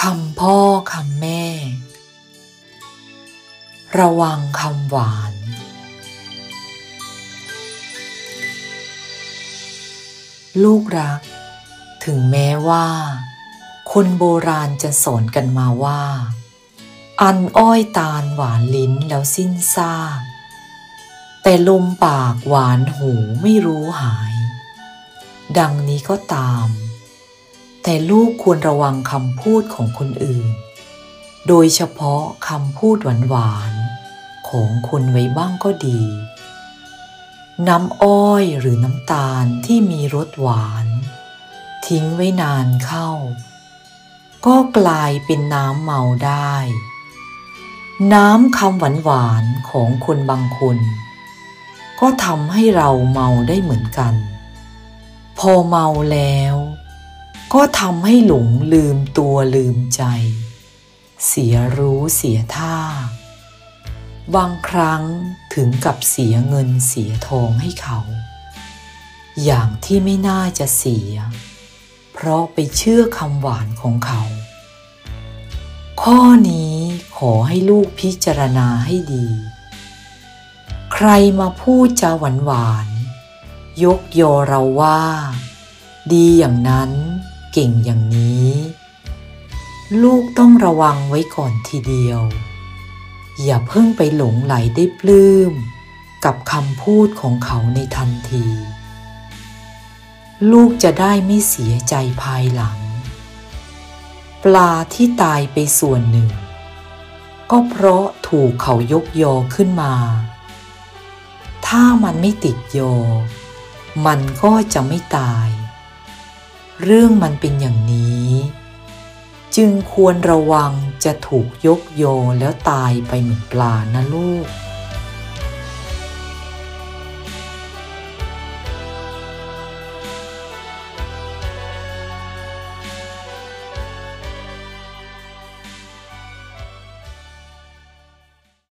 คำพ่อคำแม่ระวังคำหวานลูกรักถึงแม้ว่าคนโบราณจะสอนกันมาว่าอันอ้อยตาลหวานลิ้นแล้วสิ้นซากแต่ลมปากหวานหูไม่รู้หายดังนี้ก็ตามแต่ลูกควรระวังคำพูดของคนอื่นโดยเฉพาะคำพูดหวานๆของคนไว้บ้างก็ดีน้ำอ้อยหรือน้ำตาลที่มีรสหวานทิ้งไว้นานเข้าก็กลายเป็นน้ำเมาได้น้ำคำหวานๆของคนบางคนก็ทำให้เราเมาได้เหมือนกันพอเมาแล้วก็ทำให้หลงลืมตัวลืมใจเสียรู้เสียท่าบางครั้งถึงกับเสียเงินเสียทองให้เขาอย่างที่ไม่น่าจะเสียเพราะไปเชื่อคำหวานของเขาข้อนี้ขอให้ลูกพิจารณาให้ดีใครมาพูดจาหวานๆยกยอเราว่าดีอย่างนั้นเก่งอย่างนี้ลูกต้องระวังไว้ก่อนทีเดียวอย่าเพิ่งไปหลงไหลได้ปลื้มกับคำพูดของเขาในทันทีลูกจะได้ไม่เสียใจภายหลังปลาที่ตายไปส่วนหนึ่งก็เพราะถูกเขายกยอขึ้นมาถ้ามันไม่ติดยอมันก็จะไม่ตายเรื่องมันเป็นอย่างนี้จึงควรระวังจะถูกยกยอแล้วตายไปเหมือนปลานะลูก